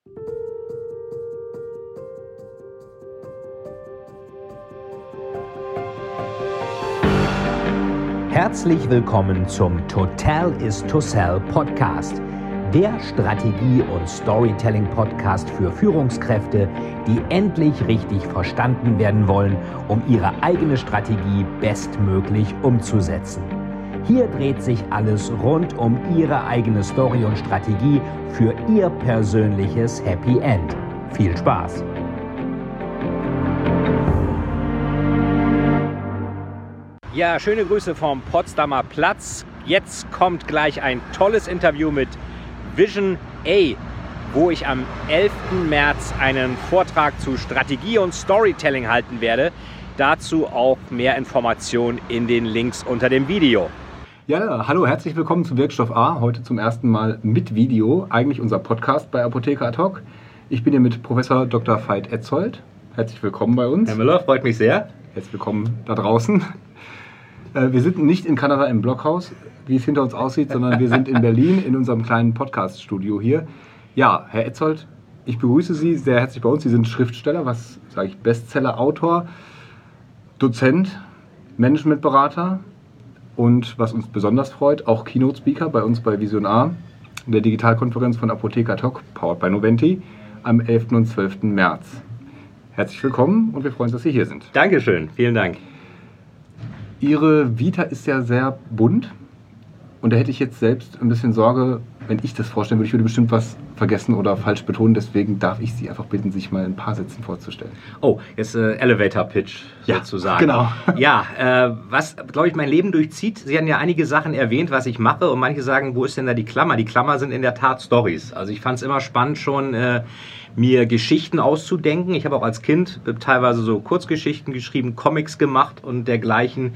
Herzlich willkommen zum Total is to Sell Podcast, der Strategie- und Storytelling-Podcast für Führungskräfte, die endlich richtig verstanden werden wollen, um ihre eigene Strategie bestmöglich umzusetzen. Hier dreht sich alles rund um Ihre eigene Story und Strategie für Ihr persönliches Happy End. Viel Spaß! Ja, schöne Grüße vom Potsdamer Platz. Jetzt kommt gleich ein tolles Interview mit Vision A, wo ich am 11. März einen Vortrag zu Strategie und Storytelling halten werde. Dazu auch mehr Informationen in den Links unter dem Video. Ja, hallo, herzlich willkommen zu Wirkstoff A. Heute zum ersten Mal mit Video, eigentlich unser Podcast bei Apotheker ad hoc. Ich bin hier mit Professor Dr. Veit Etzold. Herzlich willkommen bei uns. Herr Müller, freut mich sehr. Herzlich willkommen da draußen. Wir sind nicht in Kanada im Blockhaus, wie es hinter uns aussieht, sondern wir sind in Berlin in unserem kleinen Podcast-Studio hier. Ja, Herr Etzold, ich begrüße Sie sehr herzlich bei uns. Sie sind Schriftsteller, Bestseller-Autor, Dozent, Managementberater und, was uns besonders freut, auch Keynote-Speaker bei uns bei Vision A, in der Digitalkonferenz von Apotheker ad hoc, powered by Noventi, am 11. und 12. März. Herzlich willkommen und wir freuen uns, dass Sie hier sind. Dankeschön, vielen Dank. Ihre Vita ist ja sehr bunt und da hätte ich jetzt selbst ein bisschen Sorge, wenn ich das vorstellen würde. Ich würde bestimmt was vergessen oder falsch betonen, deswegen darf ich Sie einfach bitten, sich mal in ein paar Sätzen vorzustellen. Oh, jetzt Elevator Pitch sozusagen. Genau. Ja, was, glaube ich, mein Leben durchzieht. Sie haben ja einige Sachen erwähnt, was ich mache und manche sagen, wo ist denn da die Klammer? Die Klammer sind in der Tat Stories. Also ich fand es immer spannend schon, mir Geschichten auszudenken. Ich habe auch als Kind teilweise so Kurzgeschichten geschrieben, Comics gemacht und dergleichen.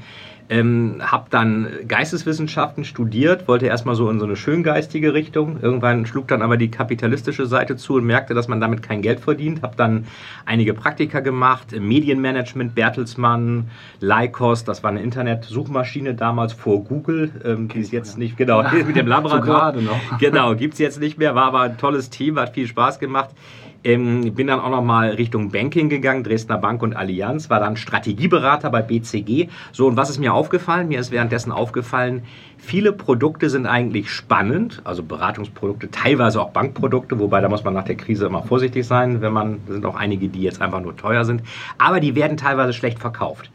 Habe dann Geisteswissenschaften studiert, wollte erstmal so in so eine schöngeistige Richtung. Irgendwann schlug dann aber die kapitalistische Seite zu und merkte, dass man damit kein Geld verdient. Habe dann einige Praktika gemacht, Medienmanagement, Bertelsmann, Lycos, das war eine Internetsuchmaschine damals vor Google, die ist jetzt nicht, genau, mit dem Labrador. So gerade noch. Genau, gibt es jetzt nicht mehr, war aber ein tolles Team, hat viel Spaß gemacht. Bin dann auch nochmal Richtung Banking gegangen, Dresdner Bank und Allianz, war dann Strategieberater bei BCG. So, und was ist mir aufgefallen? Mir ist währenddessen aufgefallen, viele Produkte sind eigentlich spannend, also Beratungsprodukte, teilweise auch Bankprodukte, wobei da muss man nach der Krise immer vorsichtig sein, sind auch einige, die jetzt einfach nur teuer sind, aber die werden teilweise schlecht verkauft.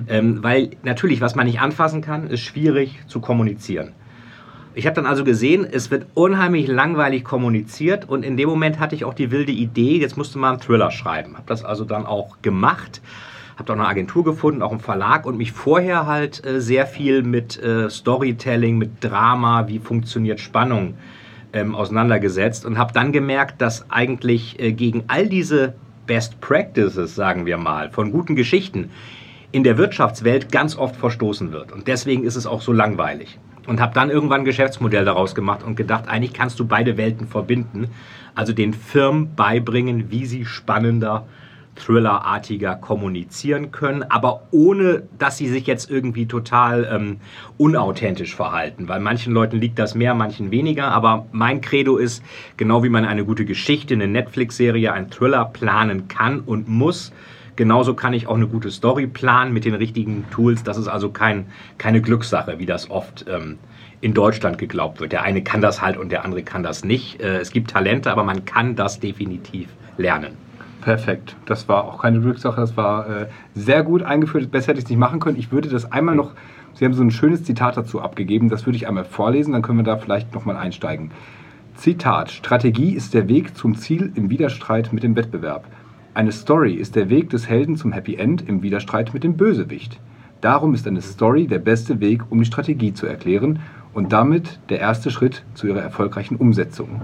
Weil natürlich, was man nicht anfassen kann, ist schwierig zu kommunizieren. Ich habe dann also gesehen, es wird unheimlich langweilig kommuniziert und in dem Moment hatte ich auch die wilde Idee, jetzt musste man einen Thriller schreiben. Habe das also dann auch gemacht, habe da auch eine Agentur gefunden, auch einen Verlag und mich vorher halt sehr viel mit Storytelling, mit Drama, wie funktioniert Spannung auseinandergesetzt und habe dann gemerkt, dass eigentlich gegen all diese Best Practices, sagen wir mal, von guten Geschichten in der Wirtschaftswelt ganz oft verstoßen wird und deswegen ist es auch so langweilig. Und habe dann irgendwann ein Geschäftsmodell daraus gemacht und gedacht, eigentlich kannst du beide Welten verbinden. Also den Firmen beibringen, wie sie spannender, thrillerartiger kommunizieren können, aber ohne, dass sie sich jetzt irgendwie total unauthentisch verhalten. Weil manchen Leuten liegt das mehr, manchen weniger. Aber mein Credo ist, genau wie man eine gute Geschichte, eine Netflix-Serie, einen Thriller planen kann und muss, genauso kann ich auch eine gute Story planen mit den richtigen Tools. Das ist also keine Glückssache, wie das oft in Deutschland geglaubt wird. Der eine kann das halt und der andere kann das nicht. Es gibt Talente, aber man kann das definitiv lernen. Perfekt. Das war auch keine Glückssache. Das war sehr gut eingeführt. Besser hätte ich es nicht machen können. Ich würde das einmal noch, Sie haben so ein schönes Zitat dazu abgegeben. Das würde ich einmal vorlesen, dann können wir da vielleicht nochmal einsteigen. Zitat: Strategie ist der Weg zum Ziel im Widerstreit mit dem Wettbewerb. Eine Story ist der Weg des Helden zum Happy End im Widerstreit mit dem Bösewicht. Darum ist eine Story der beste Weg, um die Strategie zu erklären und damit der erste Schritt zu ihrer erfolgreichen Umsetzung.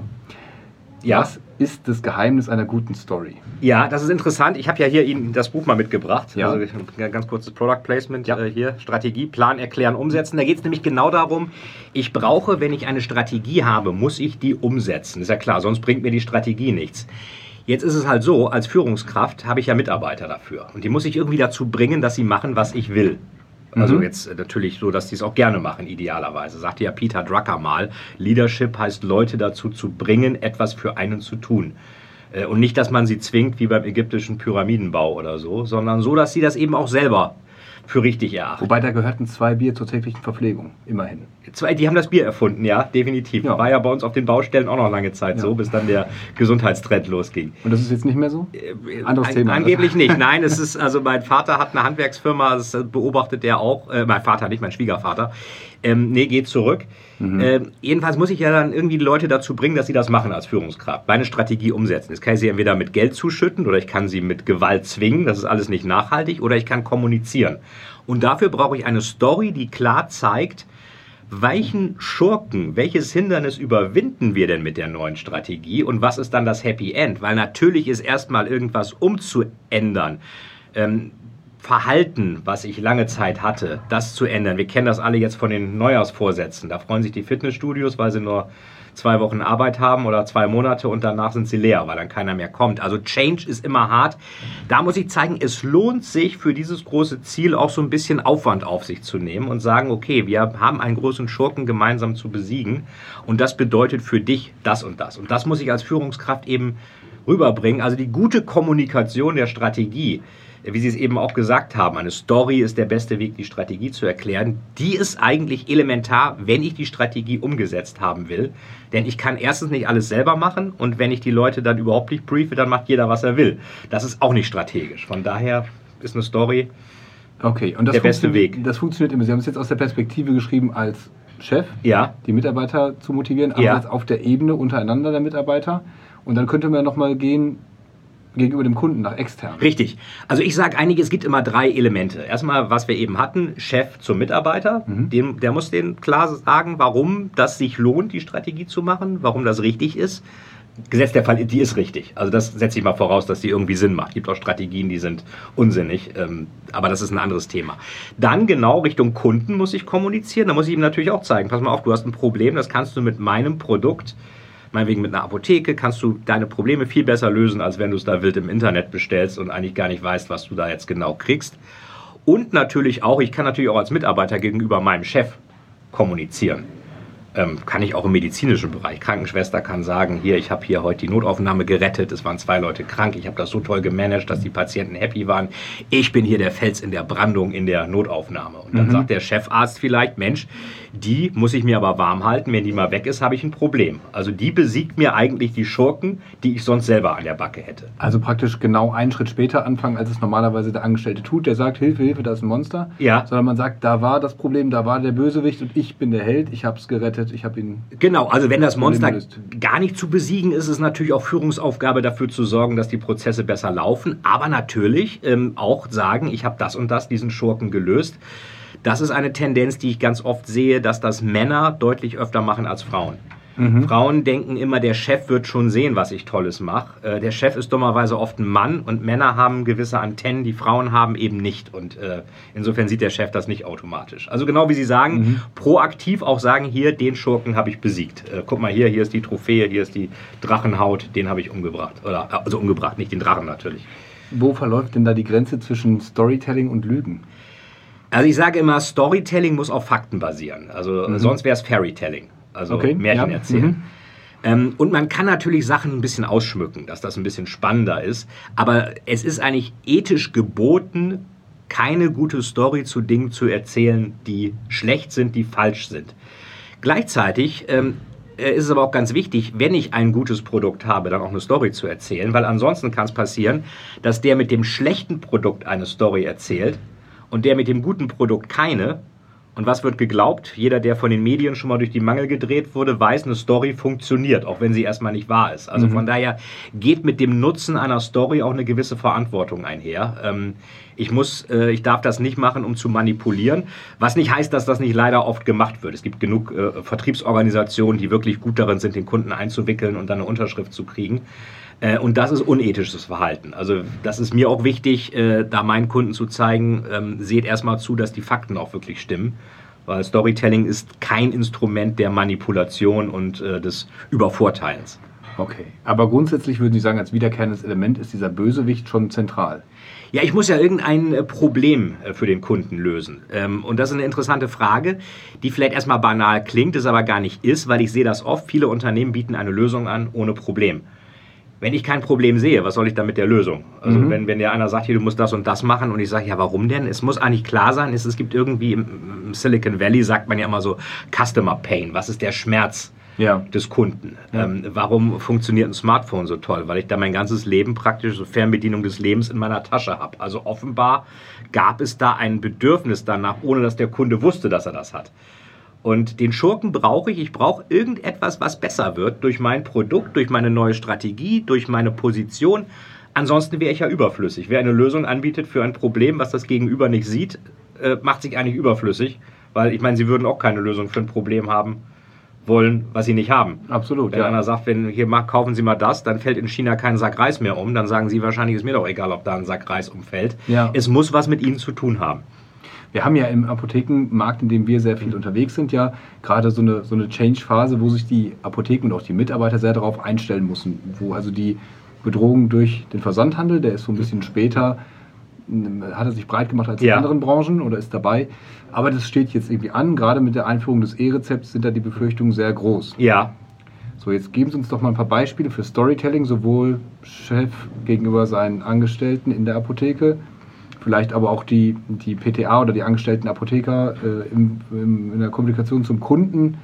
Ja. Was ist das Geheimnis einer guten Story? Ja, das ist interessant. Ich habe ja hier Ihnen das Buch mal mitgebracht. Ja. Also ein ganz kurzes Product Placement hier. Strategie, Plan, Erklären, Umsetzen. Da geht es nämlich genau darum, ich brauche, wenn ich eine Strategie habe, muss ich die umsetzen. Ist ja klar, sonst bringt mir die Strategie nichts. Jetzt ist es halt so, als Führungskraft habe ich ja Mitarbeiter dafür. Und die muss ich irgendwie dazu bringen, dass sie machen, was ich will. Also jetzt natürlich so, dass die es auch gerne machen, idealerweise. Sagte ja Peter Drucker mal, Leadership heißt Leute dazu zu bringen, etwas für einen zu tun. Und nicht, dass man sie zwingt, wie beim ägyptischen Pyramidenbau oder so, sondern so, dass sie das eben auch selber für richtig erachten. Wobei da gehörten 2 Bier zur täglichen Verpflegung, immerhin. Die haben das Bier erfunden, ja, definitiv. Ja. War ja bei uns auf den Baustellen auch noch lange Zeit so, bis dann der Gesundheitstrend losging. Und das ist jetzt nicht mehr so? Anderes Thema. Angeblich nicht. Nein, es ist, also mein Vater hat eine Handwerksfirma, das beobachtet er auch. Mein Vater, nicht mein Schwiegervater. Geht zurück. Jedenfalls muss ich ja dann irgendwie die Leute dazu bringen, dass sie das machen als Führungskraft. Meine Strategie umsetzen. Jetzt kann ich sie entweder mit Geld zuschütten oder ich kann sie mit Gewalt zwingen. Das ist alles nicht nachhaltig. Oder ich kann kommunizieren. Und dafür brauche ich eine Story, die klar zeigt, welchen Schurken, welches Hindernis überwinden wir denn mit der neuen Strategie und was ist dann das Happy End? Weil natürlich ist erstmal irgendwas umzuändern. Verhalten, was ich lange Zeit hatte, das zu ändern. Wir kennen das alle jetzt von den Neujahrsvorsätzen. Da freuen sich die Fitnessstudios, weil sie nur 2 Wochen Arbeit haben oder 2 Monate und danach sind sie leer, weil dann keiner mehr kommt. Also Change ist immer hart. Da muss ich zeigen, es lohnt sich für dieses große Ziel auch so ein bisschen Aufwand auf sich zu nehmen und sagen, okay, wir haben einen großen Schurken gemeinsam zu besiegen und das bedeutet für dich das und das. Und das muss ich als Führungskraft eben rüberbringen. Also die gute Kommunikation der Strategie, wie Sie es eben auch gesagt haben, eine Story ist der beste Weg, die Strategie zu erklären. Die ist eigentlich elementar, wenn ich die Strategie umgesetzt haben will. Denn ich kann erstens nicht alles selber machen und wenn ich die Leute dann überhaupt nicht briefe, dann macht jeder, was er will. Das ist auch nicht strategisch. Von daher ist eine Story und das der beste Weg. Das funktioniert immer. Sie haben es jetzt aus der Perspektive geschrieben als Chef, die Mitarbeiter zu motivieren, aber jetzt auf der Ebene untereinander der Mitarbeiter. Und dann könnte man nochmal gehen gegenüber dem Kunden, nach extern. Richtig. Also ich sage eigentlich, es gibt immer 3 Elemente. Erstmal, was wir eben hatten, Chef zum Mitarbeiter. Der muss denen klar sagen, warum das sich lohnt, die Strategie zu machen, warum das richtig ist. Gesetz der Fall, die ist richtig. Also das setze ich mal voraus, dass die irgendwie Sinn macht. Es gibt auch Strategien, die sind unsinnig, aber das ist ein anderes Thema. Dann genau Richtung Kunden muss ich kommunizieren. Da muss ich ihm natürlich auch zeigen, pass mal auf, du hast ein Problem, das kannst du mit meinem Produkt, meinetwegen mit einer Apotheke, kannst du deine Probleme viel besser lösen, als wenn du es da wild im Internet bestellst und eigentlich gar nicht weißt, was du da jetzt genau kriegst. Und natürlich auch, ich kann natürlich auch als Mitarbeiter gegenüber meinem Chef kommunizieren. Kann ich auch im medizinischen Bereich. Krankenschwester kann sagen, hier, ich habe hier heute die Notaufnahme gerettet, es waren 2 Leute krank, ich habe das so toll gemanagt, dass die Patienten happy waren. Ich bin hier der Fels in der Brandung in der Notaufnahme. Und dann sagt der Chefarzt vielleicht, Mensch, die muss ich mir aber warm halten, wenn die mal weg ist, habe ich ein Problem. Also die besiegt mir eigentlich die Schurken, die ich sonst selber an der Backe hätte. Also praktisch genau einen Schritt später anfangen, als es normalerweise der Angestellte tut, der sagt, Hilfe, Hilfe, da ist ein Monster. Ja. Sondern man sagt, da war das Problem, da war der Bösewicht und ich bin der Held, ich habe es gerettet, ich habe ihn... Genau, also wenn das Monster gar nicht zu besiegen ist, ist es natürlich auch Führungsaufgabe dafür zu sorgen, dass die Prozesse besser laufen, aber natürlich auch sagen, ich habe das und das, diesen Schurken gelöst. Das ist eine Tendenz, die ich ganz oft sehe, dass das Männer deutlich öfter machen als Frauen. Frauen denken immer, der Chef wird schon sehen, was ich Tolles mache. Der Chef ist dummerweise oft ein Mann und Männer haben gewisse Antennen, die Frauen haben eben nicht. Und insofern sieht der Chef das nicht automatisch. Also genau wie Sie sagen, proaktiv auch sagen, hier, den Schurken habe ich besiegt. Guck mal hier ist die Trophäe, hier ist die Drachenhaut, den habe ich umgebracht. Also umgebracht, nicht den Drachen natürlich. Wo verläuft denn da die Grenze zwischen Storytelling und Lügen? Also ich sage immer, Storytelling muss auf Fakten basieren. Also sonst wäre es Fairytelling. Also Märchen erzählen. Und man kann natürlich Sachen ein bisschen ausschmücken, dass das ein bisschen spannender ist. Aber es ist eigentlich ethisch geboten, keine gute Story zu Dingen zu erzählen, die schlecht sind, die falsch sind. Gleichzeitig ist es aber auch ganz wichtig, wenn ich ein gutes Produkt habe, dann auch eine Story zu erzählen. Weil ansonsten kann es passieren, dass der mit dem schlechten Produkt eine Story erzählt und der mit dem guten Produkt keine. Und was wird geglaubt? Jeder, der von den Medien schon mal durch die Mangel gedreht wurde, weiß, eine Story funktioniert, auch wenn sie erstmal nicht wahr ist. Also von daher geht mit dem Nutzen einer Story auch eine gewisse Verantwortung einher. Ich darf das nicht machen, um zu manipulieren, was nicht heißt, dass das nicht leider oft gemacht wird. Es gibt genug Vertriebsorganisationen, die wirklich gut darin sind, den Kunden einzuwickeln und dann eine Unterschrift zu kriegen. Und das ist unethisches Verhalten. Also das ist mir auch wichtig, da meinen Kunden zu zeigen, seht erstmal zu, dass die Fakten auch wirklich stimmen. Weil Storytelling ist kein Instrument der Manipulation und des Übervorteilens. Okay, aber grundsätzlich würden Sie sagen, als wiederkehrendes Element ist dieser Bösewicht schon zentral. Ja, ich muss ja irgendein Problem für den Kunden lösen. Und das ist eine interessante Frage, die vielleicht erstmal banal klingt, es aber gar nicht ist, weil ich sehe das oft. Viele Unternehmen bieten eine Lösung an ohne Problem. wenn ich kein Problem sehe, was soll ich dann mit der Lösung? Also wenn dir einer sagt, hier, du musst das und das machen und ich sage, ja, warum denn? Es muss eigentlich klar sein, es gibt irgendwie im Silicon Valley, sagt man ja immer so, Customer Pain. Was ist der Schmerz des Kunden? Ja. Warum funktioniert ein Smartphone so toll? Weil ich da mein ganzes Leben praktisch, so Fernbedienung des Lebens in meiner Tasche habe. Also offenbar gab es da ein Bedürfnis danach, ohne dass der Kunde wusste, dass er das hat. Und den Schurken brauche ich. Ich brauche irgendetwas, was besser wird durch mein Produkt, durch meine neue Strategie, durch meine Position. Ansonsten wäre ich ja überflüssig. Wer eine Lösung anbietet für ein Problem, was das Gegenüber nicht sieht, macht sich eigentlich überflüssig. Weil ich meine, sie würden auch keine Lösung für ein Problem haben wollen, was sie nicht haben. Absolut. Wenn einer sagt, kaufen Sie mal das, dann fällt in China kein Sack Reis mehr um. Dann sagen Sie wahrscheinlich, ist mir doch egal, ob da ein Sack Reis umfällt. Ja. Es muss was mit Ihnen zu tun haben. Wir haben ja im Apothekenmarkt, in dem wir sehr viel unterwegs sind, ja gerade so eine Change-Phase, wo sich die Apotheken und auch die Mitarbeiter sehr darauf einstellen müssen. Wo also die Bedrohung durch den Versandhandel, der ist so ein bisschen später, hat er sich breit gemacht als in anderen Branchen oder ist dabei. Aber das steht jetzt irgendwie an. Gerade mit der Einführung des E-Rezepts sind da die Befürchtungen sehr groß. Ja. So, jetzt geben Sie uns doch mal ein paar Beispiele für Storytelling, sowohl Chef gegenüber seinen Angestellten in der Apotheke, vielleicht aber auch die PTA oder die angestellten Apotheker in der Kommunikation zum Kunden.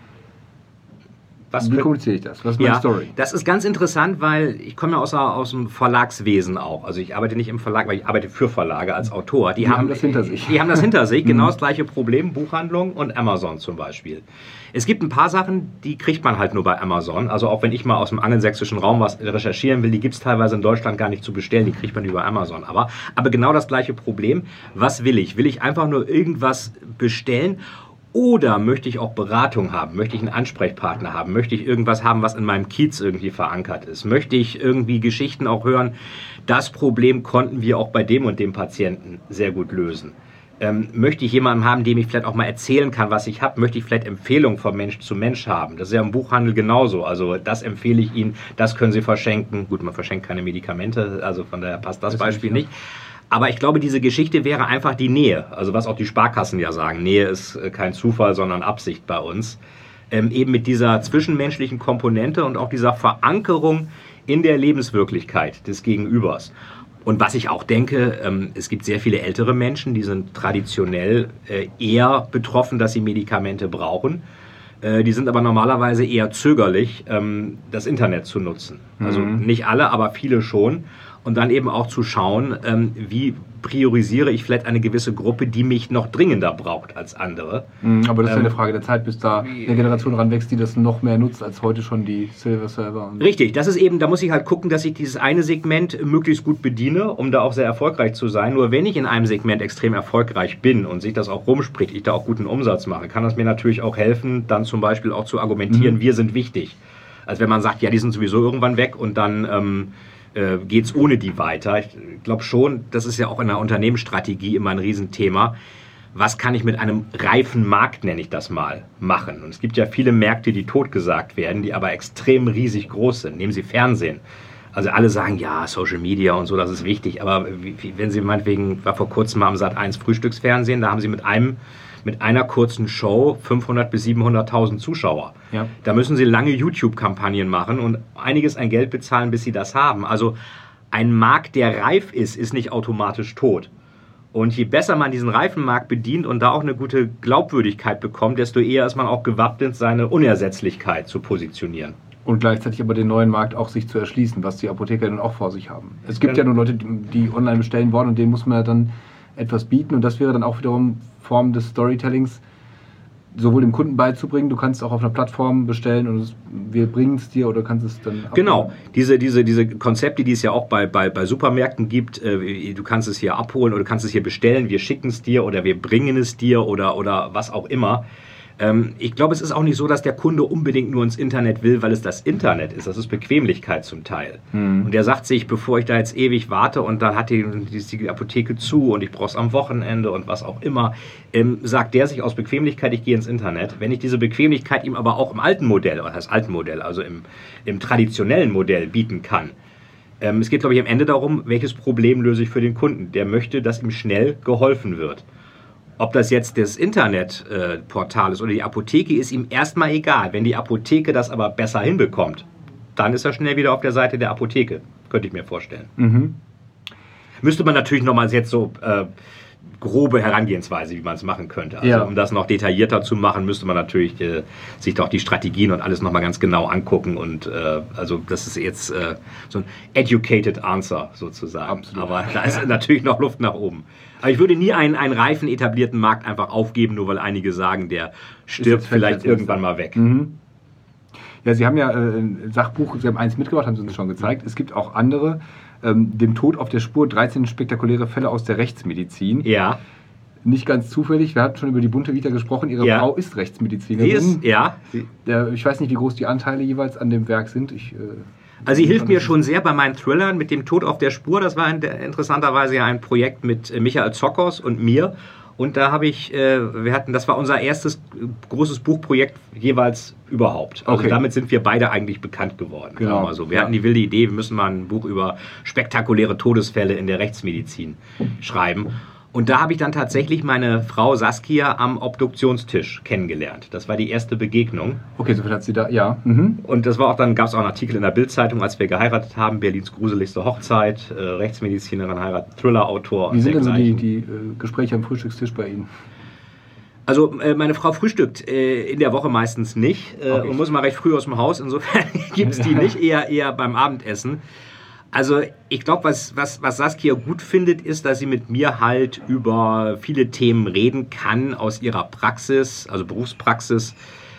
Wie kommuniziere ich das? Was ist meine Story? Das ist ganz interessant, weil ich komme ja aus dem Verlagswesen auch. Also ich arbeite nicht im Verlag, weil ich arbeite für Verlage als Autor. Die haben das hinter sich. Die haben das hinter sich, genau das gleiche Problem, Buchhandlung und Amazon zum Beispiel. Es gibt ein paar Sachen, die kriegt man halt nur bei Amazon. Also auch wenn ich mal aus dem angelsächsischen Raum was recherchieren will, die gibt es teilweise in Deutschland gar nicht zu bestellen, die kriegt man über Amazon. Aber genau das gleiche Problem. Was will ich? Will ich einfach nur irgendwas bestellen? Oder möchte ich auch Beratung haben? Möchte ich einen Ansprechpartner haben? Möchte ich irgendwas haben, was in meinem Kiez irgendwie verankert ist? Möchte ich irgendwie Geschichten auch hören? Das Problem konnten wir auch bei dem und dem Patienten sehr gut lösen. Möchte ich jemanden haben, dem ich vielleicht auch mal erzählen kann, was ich habe? Möchte ich vielleicht Empfehlungen von Mensch zu Mensch haben? Das ist ja im Buchhandel genauso. Also das empfehle ich Ihnen, das können Sie verschenken. Gut, man verschenkt keine Medikamente, also von daher passt das Beispiel nicht. Aber ich glaube, diese Geschichte wäre einfach die Nähe. Also was auch die Sparkassen ja sagen. Nähe ist kein Zufall, sondern Absicht bei uns. Eben mit dieser zwischenmenschlichen Komponente und auch dieser Verankerung in der Lebenswirklichkeit des Gegenübers. Und was ich auch denke, es gibt sehr viele ältere Menschen, die sind traditionell eher betroffen, dass sie Medikamente brauchen. Die sind aber normalerweise eher zögerlich, das Internet zu nutzen. Also nicht alle, aber viele schon. Und dann eben auch zu schauen, wie priorisiere ich vielleicht eine gewisse Gruppe, die mich noch dringender braucht als andere. Aber das ist ja eine Frage der Zeit, bis da eine Generation ranwächst, die das noch mehr nutzt als heute schon die Silver-Server. Richtig, das ist eben, da muss ich halt gucken, dass ich dieses eine Segment möglichst gut bediene, um da auch sehr erfolgreich zu sein. Nur wenn ich in einem Segment extrem erfolgreich bin und sich das auch rumspricht, ich da auch guten Umsatz mache, kann das mir natürlich auch helfen, dann zum Beispiel auch zu argumentieren, wir sind wichtig. Als wenn man sagt, ja, die sind sowieso irgendwann weg und dann geht es ohne die weiter. Ich glaube schon, das ist ja auch in der Unternehmensstrategie immer ein Riesenthema. Was kann ich mit einem reifen Markt, nenne ich das mal, machen? Und es gibt ja viele Märkte, die totgesagt werden, die aber extrem riesig groß sind. Nehmen Sie Fernsehen. Also alle sagen, ja, Social Media und so, das ist wichtig. Aber wenn Sie meinetwegen, war vor kurzem mal am Sat.1 Frühstücksfernsehen, da haben Sie mit einer kurzen Show 500.000 bis 700.000 Zuschauer. Ja. Da müssen Sie lange YouTube-Kampagnen machen und einiges an Geld bezahlen, bis Sie das haben. Also ein Markt, der reif ist, ist nicht automatisch tot. Und je besser man diesen reifen Markt bedient und da auch eine gute Glaubwürdigkeit bekommt, desto eher ist man auch gewappnet, seine Unersetzlichkeit zu positionieren. Und gleichzeitig aber den neuen Markt auch sich zu erschließen, was die Apotheker dann auch vor sich haben. Es gibt ja nur Leute, die online bestellen wollen und denen muss man ja dann etwas bieten und das wäre dann auch wiederum Form des Storytellings, sowohl dem Kunden beizubringen, du kannst auch auf einer Plattform bestellen und wir bringen es dir oder kannst es dann abholen. Genau, diese Konzepte, die es ja auch bei Supermärkten gibt, du kannst es hier abholen oder du kannst es hier bestellen, wir schicken es dir oder wir bringen es dir oder was auch immer. Ich glaube, es ist auch nicht so, dass der Kunde unbedingt nur ins Internet will, weil es das Internet ist. Das ist Bequemlichkeit zum Teil. Und der sagt sich, bevor ich da jetzt ewig warte und dann hat die Apotheke zu und ich brauche es am Wochenende und was auch immer, sagt der sich aus Bequemlichkeit, ich gehe ins Internet. Wenn ich diese Bequemlichkeit ihm aber auch im alten Modell, oder das alten Modell, also im traditionellen Modell bieten kann, es geht, glaube ich, am Ende darum, welches Problem löse ich für den Kunden. Der möchte, dass ihm schnell geholfen wird. Ob das jetzt das Internetportal ist oder die Apotheke, ist ihm erstmal egal. Wenn die Apotheke das aber besser hinbekommt, dann ist er schnell wieder auf der Seite der Apotheke. Könnte ich mir vorstellen. Mhm. Müsste man natürlich nochmal jetzt so grobe Herangehensweise, wie man es machen könnte. Also um das noch detaillierter zu machen, müsste man natürlich sich doch die Strategien und alles nochmal ganz genau angucken. Und also das ist jetzt so ein educated answer sozusagen. Absolut. Aber da ist natürlich noch Luft nach oben. Aber ich würde nie einen reifen, etablierten Markt einfach aufgeben, nur weil einige sagen, der stirbt vielleicht irgendwann mal weg. Mhm. Ja, Sie haben ja ein Sachbuch, Sie haben eins mitgebracht, haben Sie uns schon gezeigt. Es gibt auch andere. Dem Tod auf der Spur, 13 spektakuläre Fälle aus der Rechtsmedizin. Ja. Nicht ganz zufällig, wir hatten schon über die bunte Vita gesprochen, Ihre Frau ist Rechtsmedizinerin. Ich weiß nicht, wie groß die Anteile jeweils an dem Werk sind. Also sie hilft mir schon sehr bei meinen Thrillern mit dem Tod auf der Spur. Das war interessanterweise ja ein Projekt mit Michael Zockers und mir. Und da habe ich, das war unser erstes großes Buchprojekt jeweils überhaupt. Also damit sind wir beide eigentlich bekannt geworden. Genau. Mal so. Wir hatten die wilde Idee, wir müssen mal ein Buch über spektakuläre Todesfälle in der Rechtsmedizin schreiben. Und da habe ich dann tatsächlich meine Frau Saskia am Obduktionstisch kennengelernt. Das war die erste Begegnung. Okay, so viel hat sie da, ja. Mhm. Und das war auch, dann gab es auch einen Artikel in der Bild-Zeitung, als wir geheiratet haben, Berlins gruseligste Hochzeit, Rechtsmedizinerin heiratet, Thriller-Autor. Wie sind denn so die Gespräche am Frühstückstisch bei Ihnen? Also meine Frau frühstückt in der Woche meistens nicht und muss mal recht früh aus dem Haus. Insofern gibt es die nicht, eher beim Abendessen. Also ich glaube, was Saskia gut findet, ist, dass sie mit mir halt über viele Themen reden kann aus ihrer Praxis, also Berufspraxis,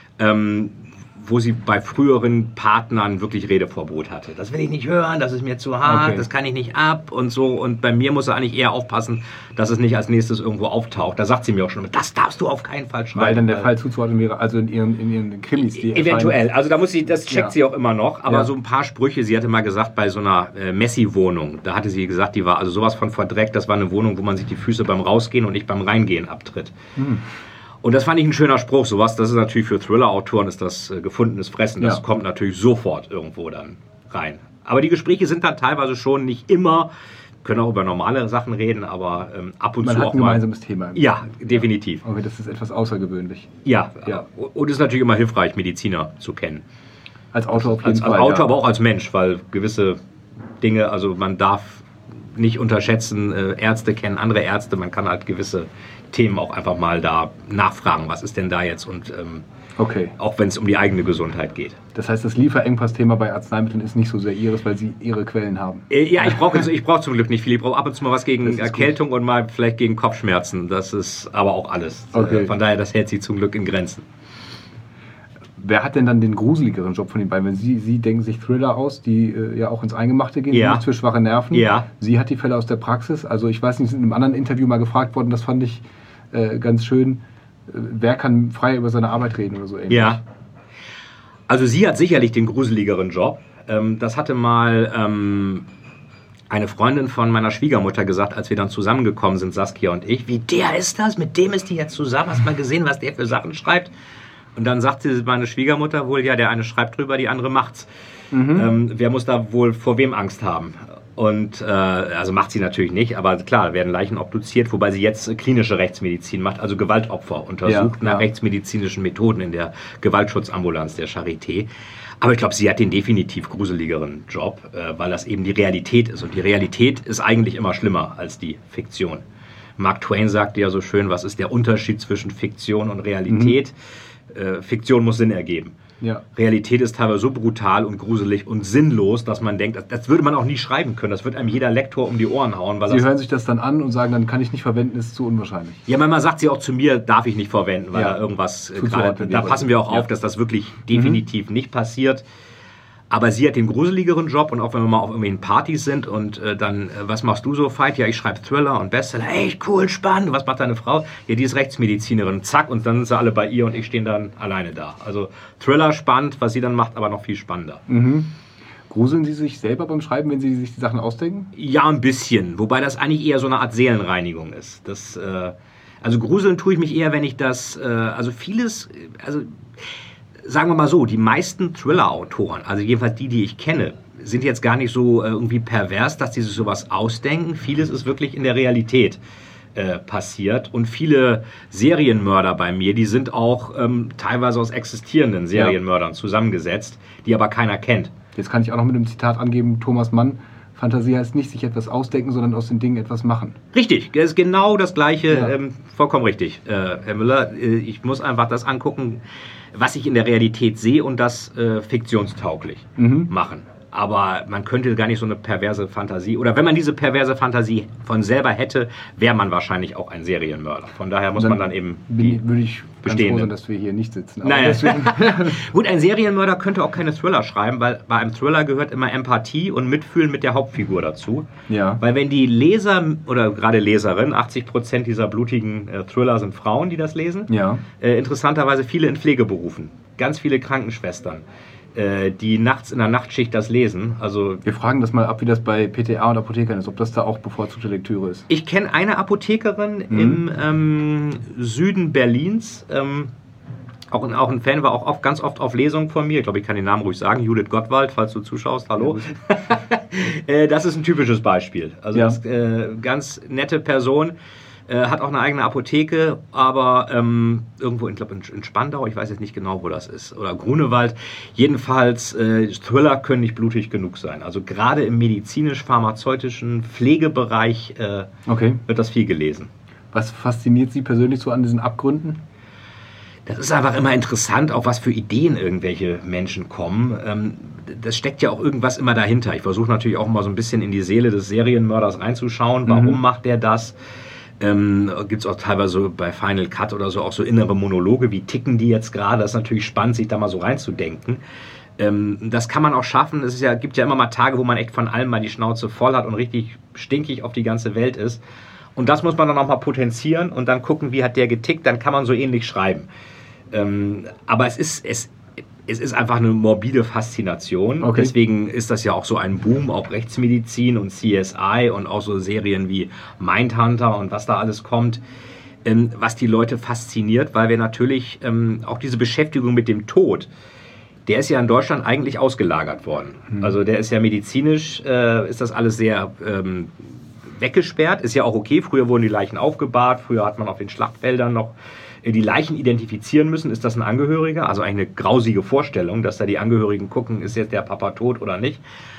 wo sie bei früheren Partnern wirklich Redeverbot hatte. Das will ich nicht hören, das ist mir zu hart, das kann ich nicht ab und so. Und bei mir muss sie eigentlich eher aufpassen, dass es nicht als nächstes irgendwo auftaucht. Da sagt sie mir auch schon, das darfst du auf keinen Fall schreiben. Weil dann der Fall zuzuordnen wäre, also in ihren Krimis, die eventuell, also da muss sie, das checkt sie auch immer noch, aber so ein paar Sprüche, sie hatte mal gesagt, bei so einer Messi-Wohnung, da hatte sie gesagt, die war also sowas von verdreckt, das war eine Wohnung, wo man sich die Füße beim Rausgehen und nicht beim Reingehen abtritt. Und das fand ich ein schöner Spruch. Sowas, das ist natürlich für Thriller-Autoren ist das gefundenes Fressen. Das kommt natürlich sofort irgendwo dann rein. Aber die Gespräche sind dann teilweise schon nicht immer, können auch über normale Sachen reden, aber ab und zu auch mal. Man hat ein gemeinsames Thema. Ja, definitiv. Okay, das ist etwas außergewöhnlich. Ja. Und es ist natürlich immer hilfreich, Mediziner zu kennen. Als Autor auf jeden Fall. Als Autor, aber auch als Mensch, weil gewisse Dinge, also man darf nicht unterschätzen, Ärzte kennen andere Ärzte, man kann halt gewisse Themen auch einfach mal da nachfragen, was ist denn da jetzt und auch wenn es um die eigene Gesundheit geht. Das heißt, das Lieferengpass-Thema bei Arzneimitteln ist nicht so sehr Ihres, weil Sie Ihre Quellen haben? Ja, ich brauche zum Glück nicht viel. Ich brauche ab und zu mal was gegen Erkältung und mal vielleicht gegen Kopfschmerzen. Das ist aber auch alles. Von daher, das hält sich zum Glück in Grenzen. Wer hat denn dann den gruseligeren Job von den beiden? Wenn Sie denken sich Thriller aus, die ja auch ins Eingemachte gehen, nicht für schwache Nerven. Ja. Sie hat die Fälle aus der Praxis. Also ich weiß nicht, Sie sind in einem anderen Interview mal gefragt worden, das fand ich ganz schön. Wer kann frei über seine Arbeit reden oder so ähnlich? Ja. Also sie hat sicherlich den gruseligeren Job. Das hatte mal eine Freundin von meiner Schwiegermutter gesagt, als wir dann zusammengekommen sind, Saskia und ich. Wie, der ist das? Mit dem ist die jetzt zusammen? Hast du mal gesehen, was der für Sachen schreibt? Und dann sagte meine Schwiegermutter wohl, ja, der eine schreibt drüber, die andere macht's. Wer muss da wohl vor wem Angst haben? Und also macht sie natürlich nicht, aber klar, werden Leichen obduziert, wobei sie jetzt klinische Rechtsmedizin macht, also Gewaltopfer untersucht nach rechtsmedizinischen Methoden in der Gewaltschutzambulanz der Charité. Aber ich glaube, sie hat den definitiv gruseligeren Job, weil das eben die Realität ist. Und die Realität ist eigentlich immer schlimmer als die Fiktion. Mark Twain sagte ja so schön, was ist der Unterschied zwischen Fiktion und Realität? Fiktion muss Sinn ergeben. Ja. Realität ist teilweise so brutal und gruselig und sinnlos, dass man denkt, das würde man auch nie schreiben können. Das wird einem jeder Lektor um die Ohren hauen. Weil Sie hören sich das dann an und sagen, dann kann ich nicht verwenden, ist zu unwahrscheinlich. Ja, manchmal sagt sie auch zu mir, darf ich nicht verwenden, weil da irgendwas gerade... Da passen wir auch auf, dass das wirklich definitiv nicht passiert. Aber sie hat den gruseligeren Job und auch wenn wir mal auf irgendwelchen Partys sind und dann, was machst du so, Veit? Ja, ich schreibe Thriller und Bestseller. Echt cool, spannend. Was macht deine Frau? Ja, die ist Rechtsmedizinerin. Zack, und dann sind sie alle bei ihr und ich stehe dann alleine da. Also Thriller spannend, was sie dann macht, aber noch viel spannender. Gruseln Sie sich selber beim Schreiben, wenn Sie sich die Sachen ausdenken? Ja, ein bisschen. Wobei das eigentlich eher so eine Art Seelenreinigung ist. Also gruseln tue ich mich eher, wenn ich das, sagen wir mal so, die meisten Thriller-Autoren, also jedenfalls die ich kenne, sind jetzt gar nicht so irgendwie pervers, dass die sich sowas ausdenken. Vieles ist wirklich in der Realität passiert. Und viele Serienmörder bei mir, die sind auch teilweise aus existierenden Serienmördern zusammengesetzt, die aber keiner kennt. Jetzt kann ich auch noch mit einem Zitat angeben, Thomas Mann: Fantasie heißt nicht sich etwas ausdenken, sondern aus den Dingen etwas machen. Richtig, das ist genau das Gleiche, vollkommen richtig, Herr Müller. Ich muss einfach das angucken, was ich in der Realität sehe und das fiktionstauglich machen. Aber man könnte gar nicht so eine perverse Fantasie, oder wenn man diese perverse Fantasie von selber hätte, wäre man wahrscheinlich auch ein Serienmörder. Von daher muss man dann eben würde ich ganz froh sein, dass wir hier nicht sitzen. Naja. Gut, ein Serienmörder könnte auch keine Thriller schreiben, weil bei einem Thriller gehört immer Empathie und Mitfühlen mit der Hauptfigur dazu. Ja. Weil wenn die Leser oder gerade Leserinnen, 80% dieser blutigen Thriller sind Frauen, die das lesen, interessanterweise viele in Pflegeberufen, ganz viele Krankenschwestern, die nachts in der Nachtschicht das lesen. Also wir fragen das mal ab, wie das bei PTA und Apothekern ist, ob das da auch bevorzugte Lektüre ist. Ich kenne eine Apothekerin im Süden Berlins, auch ein Fan, war auch ganz oft auf Lesungen von mir. Ich glaube, ich kann den Namen ruhig sagen. Judith Gottwald, falls du zuschaust, hallo. Das ist ein typisches Beispiel. Also das ist ganz nette Person. Hat auch eine eigene Apotheke, aber irgendwo, ich glaube in Spandau, ich weiß jetzt nicht genau, wo das ist, oder Grunewald. Jedenfalls, Thriller können nicht blutig genug sein. Also gerade im medizinisch-pharmazeutischen Pflegebereich wird das viel gelesen. Was fasziniert Sie persönlich so an diesen Abgründen? Das ist einfach immer interessant, auch was für Ideen irgendwelche Menschen kommen. Das steckt ja auch irgendwas immer dahinter. Ich versuche natürlich auch mal so ein bisschen in die Seele des Serienmörders reinzuschauen. Warum macht der das? Gibt es auch teilweise bei Final Cut oder so auch so innere Monologe, wie ticken die jetzt gerade? Das ist natürlich spannend, sich da mal so reinzudenken. Das kann man auch schaffen. Es gibt ja immer mal Tage, wo man echt von allem mal die Schnauze voll hat und richtig stinkig auf die ganze Welt ist. Und das muss man dann auch mal potenzieren und dann gucken, wie hat der getickt, dann kann man so ähnlich schreiben. Aber es ist einfach eine morbide Faszination. Okay. Deswegen ist das ja auch so ein Boom, auch Rechtsmedizin und CSI und auch so Serien wie Mindhunter und was da alles kommt, was die Leute fasziniert, weil wir natürlich auch diese Beschäftigung mit dem Tod, der ist ja in Deutschland eigentlich ausgelagert worden. Also der ist ja medizinisch, ist das alles sehr weggesperrt, ist ja auch okay. Früher wurden die Leichen aufgebahrt, früher hat man auf den Schlachtfeldern noch die Leichen identifizieren müssen, ist das ein Angehöriger? Also eigentlich eine grausige Vorstellung, dass da die Angehörigen gucken, ist jetzt der Papa tot oder nicht.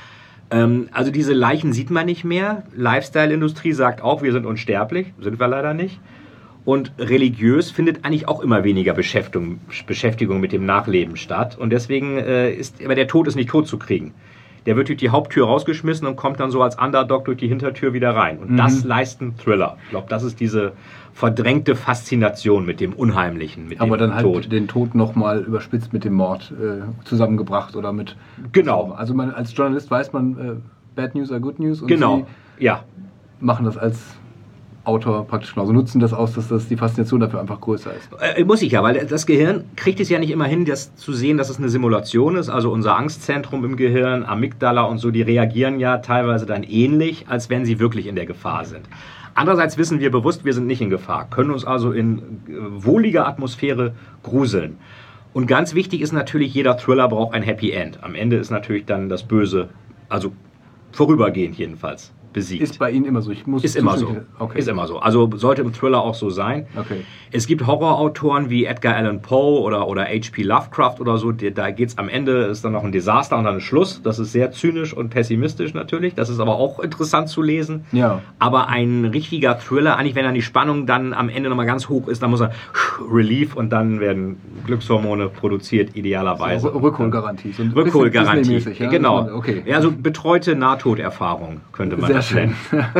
Also diese Leichen sieht man nicht mehr. Lifestyle-Industrie sagt auch, wir sind unsterblich, sind wir leider nicht. Und religiös findet eigentlich auch immer weniger Beschäftigung mit dem Nachleben statt. Und deswegen aber der Tod ist nicht tot zu kriegen. Der wird durch die Haupttür rausgeschmissen und kommt dann so als Underdog durch die Hintertür wieder rein. Und das leisten Thriller. Ich glaube, das ist diese verdrängte Faszination mit dem Unheimlichen, mit aber dem dann Tod. Halt den Tod nochmal überspitzt mit dem Mord zusammengebracht oder mit... Genau. Also man, als Journalist weiß man, Bad News are Good News. Und Genau, Sie machen das als Autor praktisch genauso, nutzen das aus, dass die Faszination dafür einfach größer ist. Muss ich ja, weil das Gehirn kriegt es ja nicht immer hin, das zu sehen, dass es eine Simulation ist. Also unser Angstzentrum im Gehirn, Amygdala und so, die reagieren ja teilweise dann ähnlich, als wenn sie wirklich in der Gefahr sind. Andererseits wissen wir bewusst, wir sind nicht in Gefahr, können uns also in wohliger Atmosphäre gruseln. Und ganz wichtig ist natürlich, jeder Thriller braucht ein Happy End. Am Ende ist natürlich dann das Böse, also vorübergehend jedenfalls, besiegt. Ist bei Ihnen immer so? Ist immer so. Okay. Ist immer so. Also sollte im Thriller auch so sein. Okay. Es gibt Horrorautoren wie Edgar Allan Poe oder H.P. Lovecraft oder so, da geht es am Ende, ist dann noch ein Desaster und dann ein Schluss. Das ist sehr zynisch und pessimistisch natürlich. Das ist aber auch interessant zu lesen. Ja. Aber ein richtiger Thriller, eigentlich wenn dann die Spannung dann am Ende nochmal ganz hoch ist, dann muss er Relief und dann werden Glückshormone produziert, idealerweise. Also Rückholgarantie. So Rückholgarantie, ja? Genau. Okay. Ja, so betreute Nahtoderfahrung könnte man das nennen.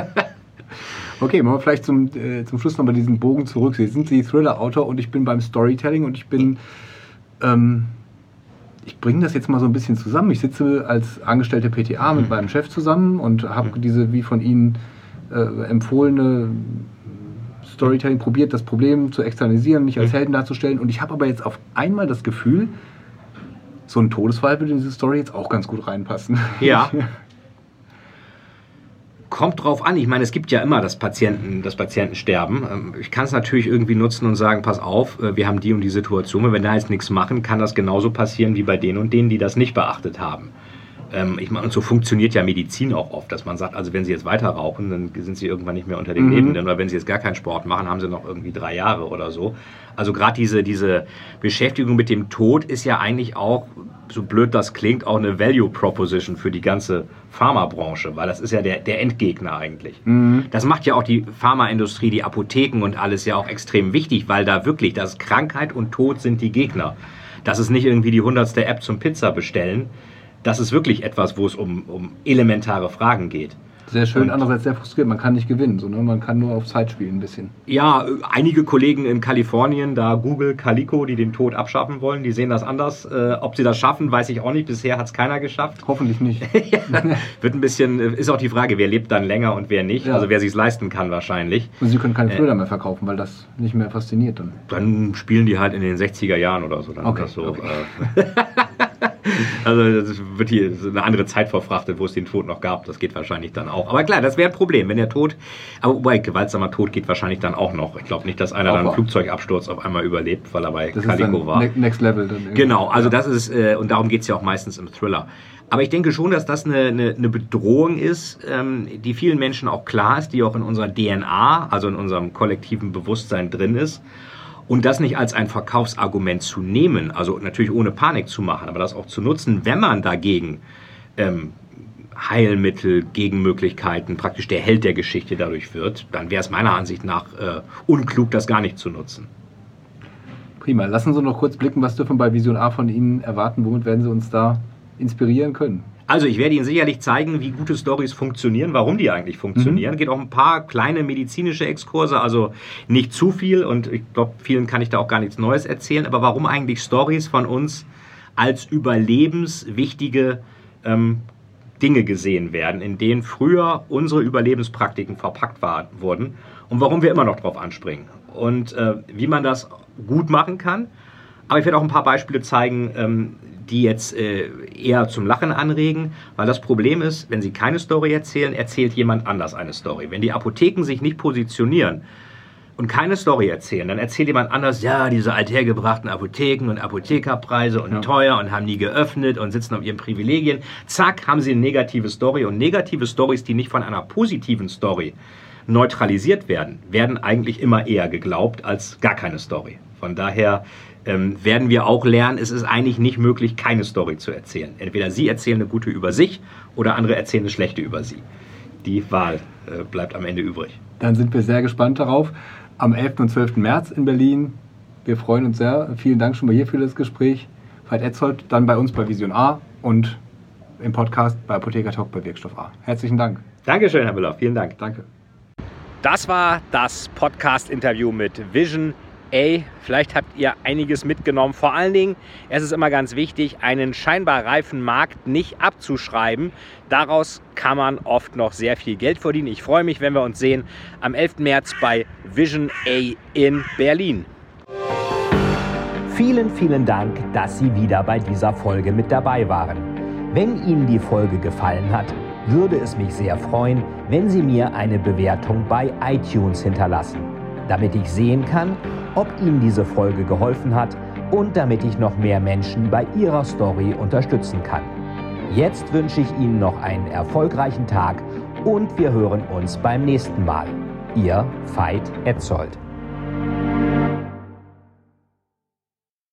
Okay, machen wir vielleicht zum Schluss nochmal diesen Bogen zurück. Sie sind Thriller-Autor und ich bin beim Storytelling und ich bin, ich bringe das jetzt mal so ein bisschen zusammen. Ich sitze als angestellte PTA mit meinem Chef zusammen und habe diese wie von Ihnen empfohlene Storytelling probiert, das Problem zu externalisieren, nicht als Helden darzustellen. Und ich habe aber jetzt auf einmal das Gefühl, so ein Todesfall würde in diese Story jetzt auch ganz gut reinpassen. Ja. Kommt drauf an. Ich meine, es gibt ja immer das Patientensterben. Ich kann es natürlich irgendwie nutzen und sagen, pass auf, wir haben die und die Situation. Wenn wir da jetzt nichts machen, kann das genauso passieren wie bei denen und denen, die das nicht beachtet haben. Ich meine, und so funktioniert ja Medizin auch oft, dass man sagt, also wenn Sie jetzt weiter rauchen, dann sind Sie irgendwann nicht mehr unter den Lebenden. Oder wenn Sie jetzt gar keinen Sport machen, haben Sie noch irgendwie 3 Jahre oder so. Also gerade diese Beschäftigung mit dem Tod ist ja eigentlich auch, so blöd das klingt, auch eine Value Proposition für die ganze Pharmabranche, weil das ist ja der Endgegner eigentlich. Das macht ja auch die Pharmaindustrie, die Apotheken und alles ja auch extrem wichtig, weil da wirklich, das Krankheit und Tod sind die Gegner. Das ist nicht irgendwie die 100. App zum Pizza bestellen. Das ist wirklich etwas, wo es um elementare Fragen geht. Sehr schön, andererseits sehr frustrierend. Man kann nicht gewinnen, sondern man kann nur auf Zeit spielen ein bisschen. Ja, einige Kollegen in Kalifornien, da Google, Calico, die den Tod abschaffen wollen, die sehen das anders. Ob sie das schaffen, weiß ich auch nicht. Bisher hat es keiner geschafft. Hoffentlich nicht. Ja, wird ein bisschen, ist auch die Frage, wer lebt dann länger und wer nicht. Ja. Also wer sich es leisten kann wahrscheinlich. Und sie können keine Flöder mehr verkaufen, weil das nicht mehr fasziniert dann. Dann spielen die halt in den 60er Jahren oder so. Dann okay, das so. Okay. Also das wird hier eine andere Zeit verfrachtet, wo es den Tod noch gab. Das geht wahrscheinlich dann auch. Aber klar, das wäre ein Problem, wenn der Tod, aber wobei gewaltsamer Tod geht wahrscheinlich dann auch noch. Ich glaube nicht, dass einer dann einen Flugzeugabsturz auf einmal überlebt, weil er bei Calico war. Next Level dann irgendwie. Genau, also das ist, und darum geht es ja auch meistens im Thriller. Aber ich denke schon, dass das eine Bedrohung ist, die vielen Menschen auch klar ist, die auch in unserer DNA, also in unserem kollektiven Bewusstsein drin ist. Und das nicht als ein Verkaufsargument zu nehmen, also natürlich ohne Panik zu machen, aber das auch zu nutzen, wenn man dagegen Heilmittel, Gegenmöglichkeiten, praktisch der Held der Geschichte dadurch wird, dann wäre es meiner Ansicht nach unklug, das gar nicht zu nutzen. Prima. Lassen Sie noch kurz blicken, was dürfen wir bei Vision A von Ihnen erwarten? Womit werden Sie uns da inspirieren können? Also ich werde Ihnen sicherlich zeigen, wie gute Storys funktionieren, warum die eigentlich funktionieren. Geht auch ein paar kleine medizinische Exkurse, also nicht zu viel und ich glaube, vielen kann ich da auch gar nichts Neues erzählen, aber warum eigentlich Storys von uns als überlebenswichtige Dinge gesehen werden, in denen früher unsere Überlebenspraktiken verpackt wurden und warum wir immer noch drauf anspringen und wie man das gut machen kann. Aber ich werde auch ein paar Beispiele zeigen, die jetzt eher zum Lachen anregen, weil das Problem ist, wenn Sie keine Story erzählen, erzählt jemand anders eine Story. Wenn die Apotheken sich nicht positionieren und keine Story erzählen, dann erzählt jemand anders, ja, diese althergebrachten Apotheken und Apothekerpreise und teuer und haben nie geöffnet und sitzen auf ihren Privilegien. Zack, haben Sie eine negative Story und negative Stories, die nicht von einer positiven Story neutralisiert werden, werden eigentlich immer eher geglaubt als gar keine Story. Von daher werden wir auch lernen, es ist eigentlich nicht möglich, keine Story zu erzählen. Entweder Sie erzählen eine gute über sich oder andere erzählen eine schlechte über Sie. Die Wahl bleibt am Ende übrig. Dann sind wir sehr gespannt darauf. Am 11. und 12. März in Berlin. Wir freuen uns sehr. Vielen Dank schon mal hier für das Gespräch. Veit Etzold, dann bei uns bei Vision A und im Podcast bei Apotheker Talk bei Wirkstoff A. Herzlichen Dank. Dankeschön, Herr Müller. Vielen Dank. Danke. Das war das Podcast-Interview mit Vision A. Vielleicht habt ihr einiges mitgenommen. Vor allen Dingen, es ist immer ganz wichtig, einen scheinbar reifen Markt nicht abzuschreiben. Daraus kann man oft noch sehr viel Geld verdienen. Ich freue mich, wenn wir uns sehen am 11. März bei Vision A in Berlin. Vielen, vielen Dank, dass Sie wieder bei dieser Folge mit dabei waren. Wenn Ihnen die Folge gefallen hat, würde es mich sehr freuen, wenn Sie mir eine Bewertung bei iTunes hinterlassen, damit ich sehen kann, ob Ihnen diese Folge geholfen hat und damit ich noch mehr Menschen bei ihrer Story unterstützen kann. Jetzt wünsche ich Ihnen noch einen erfolgreichen Tag und wir hören uns beim nächsten Mal. Ihr Veit Etzold.